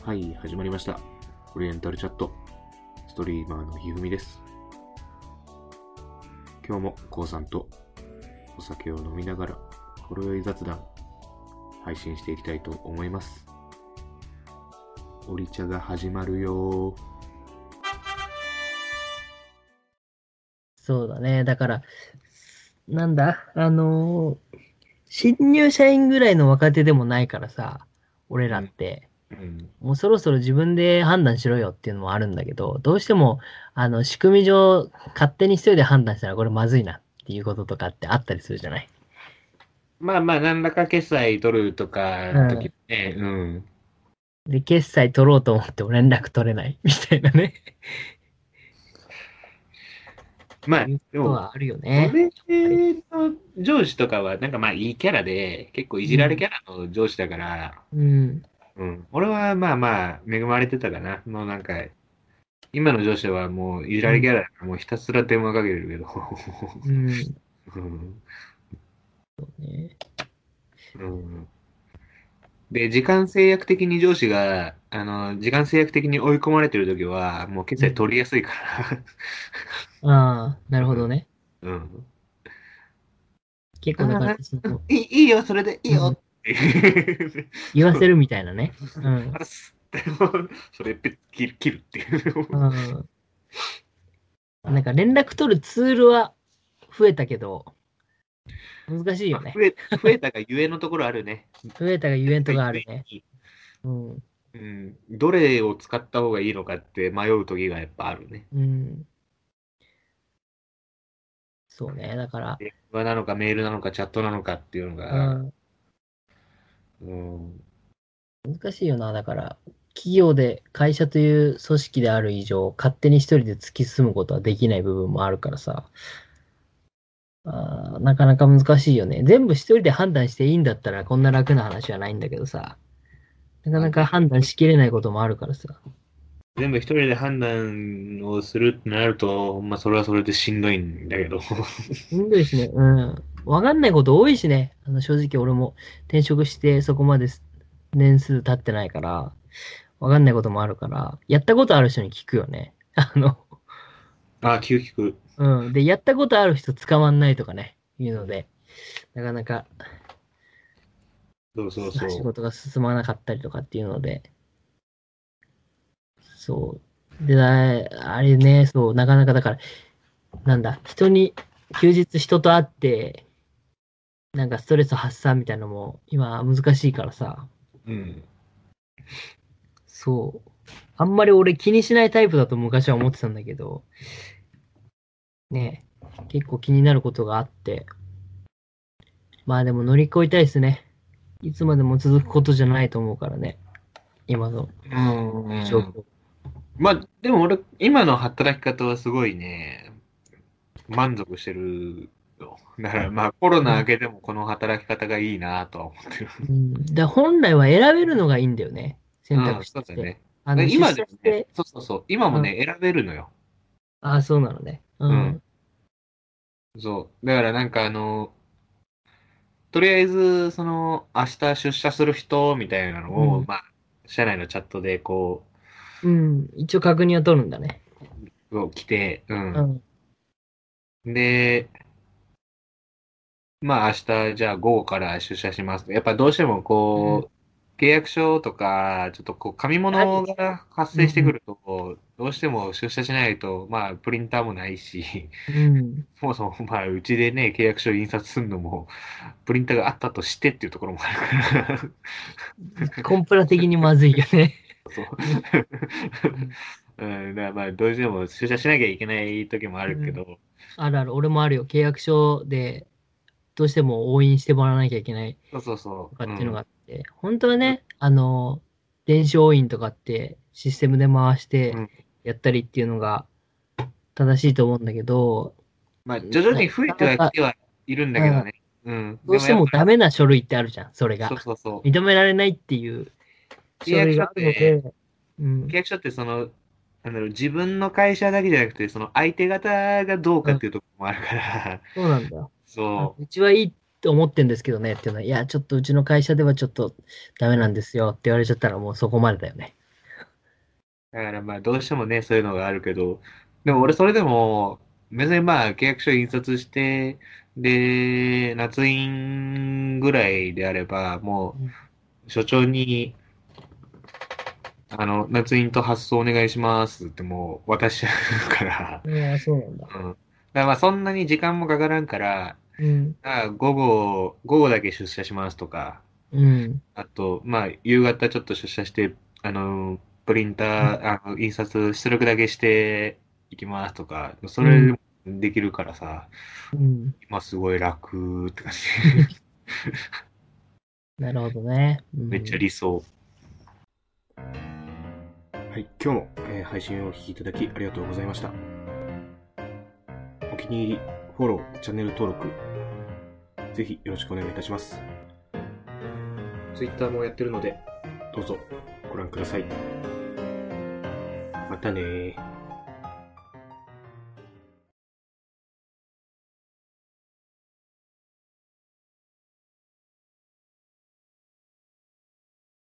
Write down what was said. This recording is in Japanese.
はい、始まりました。オリエンタルチャット。ストリーマーのひふみです。今日もこうさんとお酒を飲みながらほろ酔い雑談配信していきたいと思います。オリ茶が始まるよ。 そうだね。だから、新入社員ぐらいの若手でもないからさ、俺らって、もうそろそろ自分で判断しろよっていうのもあるんだけど、どうしても、仕組み上、勝手に一人で判断したらこれまずいなっていうこととかってあったりするじゃない。 まあまあ、何らか決済取るとかの時ね、 で、決済取ろうと思っても連絡取れないみたいなね。 まあ、 いうでも、 ことはあるよね。 俺の上司とかは、なんかまあいいキャラで、結構いじられキャラの上司だから、 うん。 俺はまあまあ恵まれてたかな。もうなんか、今の上司はもういじられキャラだからもうひたすら電話かけてるけど。 うん。 うんね、 うんで、時間制約的に上司が、時間制約的に追い込まれてるときは、もう決済取りやすいかああ、なるら。うん。 ほどね。 うん。 結構だから、 ああ、いいよ、それでいいよって言わせるみたいなね。うん。 あらすってそれで切るっていう。 うん。なんか連絡取るツールは増えたけど、難しいよね。 増えたがゆえのところあるね。 増えたがゆえんとがあるね。うん。 うん、どれを使った方がいいのかって迷う時がやっぱあるね。 うん。そうね。だから、 電話なのかメールなのかチャットなのかっていうのが、 うん。 うん、 難しいよな。だから、企業で会社という組織である以上、勝手に一人で突き進むことはできない部分もあるからさ。なかなか難しいよね。全部一人で判断していいんだったらこんな楽な話はないんだけどさ。なかなか判断しきれないこともあるからさ。 全部一人で判断をするってなると、まあそれはそれでしんどいんだけど。 しんどいしね。うん。わかんないこと多いしね。正直俺も転職してそこまで年数経ってないから、わかんないこともあるから、やったことある人に聞くよね。 あ、気を利く。 うん。で、やったことある人捕まんないとかね。いうので、なかなかそうそう仕そ事が進まなかったりとかっていうので、そう。で、あれね、そう、なかなかだから、人に、休日人と会って、なんかストレス発散みたいなのも今難しいからさ、 う。うん。 そう。あんまり俺気にしないタイプだと昔は思ってたんだけど、ね、結構気になることがあって、まあでも乗り越えたいですね。いつまでも続くことじゃないと思うからね。今のうん。 状況。 まあ、でも俺、今の働き方はすごいね、満足してるよ。だからまあコロナ明けてもこの働き方がいいなとは思ってる。 うん。本来は選べるのがいいんだよね。選うん、 択肢として。 そうだね。 出今でもね、 社して、 そうそうそう、今もうん。 ね、選べるのよ。 ああ、そうなのね。ううん。 ん。 そう。だからなんかとりあえず、明日出社する人みたいなのを、 うん。 まあ、社内のチャットでうん。一応確認は取るんだね。 来て、うん。 うん。 で、まあ明日、じゃあ午後から出社します。やっぱどうしてもうん。 契約書とか、ちょっと紙物あるよ。 が発うん。 生してくると、どうしても出社しないと、まあ、プリンターもないし、 うん。 そもそも、まあ、うちでね、契約書印刷するのも、プリンターがあったとしてっていうところもあるから。 コンプラ的にまずいよね。 そう。 うん。 うん、だからまあ、どうしても出社しなきゃいけない時もあうん。 るけど、 あるある。俺もあるよ。契約書でどうしても押印してもらわなきゃいけないそうそうそとかう、うっていうのがあん。 って、本当はね、電子押印とかってシステムで回してうん。 やったりっていうのが正しいと思うんだけど、 まあ、徐々に増えてなかなか、 はきてはいるんだけうん、 どね。うん。 どうしてもでもやっぱ、 ダメな書類ってあるじゃん、それが。 そうそうそう。 認められないっていう契約書っ書類があるのて、 で、うん、 なんだろう、自分の会社だけじゃなくて、その相手方がどううん、 かっていうところもあるから、 そうなんだ。 そうちはいいって思ってんですけどねっていうのは、いや、ちょっとうちの会社ではちょっとダメなんですよって言われちゃったらもうそこまでだよね。 だからまあどうしてもね、そういうのがあるけど、でも俺それでも、別にまあ契約書印刷して、で、捺印ぐらいであれば、もうんう所長に、捺印と発送お願いしますってもう渡しちゃうから、 ああ、そうなんだ。 うん。だからまあそんなに時間もかからんから、 うん。 午後だけ出社しますとか、 うん。 あと、まあ、夕方ちょっと出社して、プリンタうん。 ー、印刷、出力だけしていきますとか、そうん。 れできるからさ、 うん。 今すごい楽って感じ。 なるほどね。うめっちゃん。 理想。はい、今日も、配信をお聞きいただきありがとうございました。お気に入り、フォロー、チャンネル登録、ぜひよろしくお願いいたします。Twitter もやってるので、どうぞご覧ください。またねー。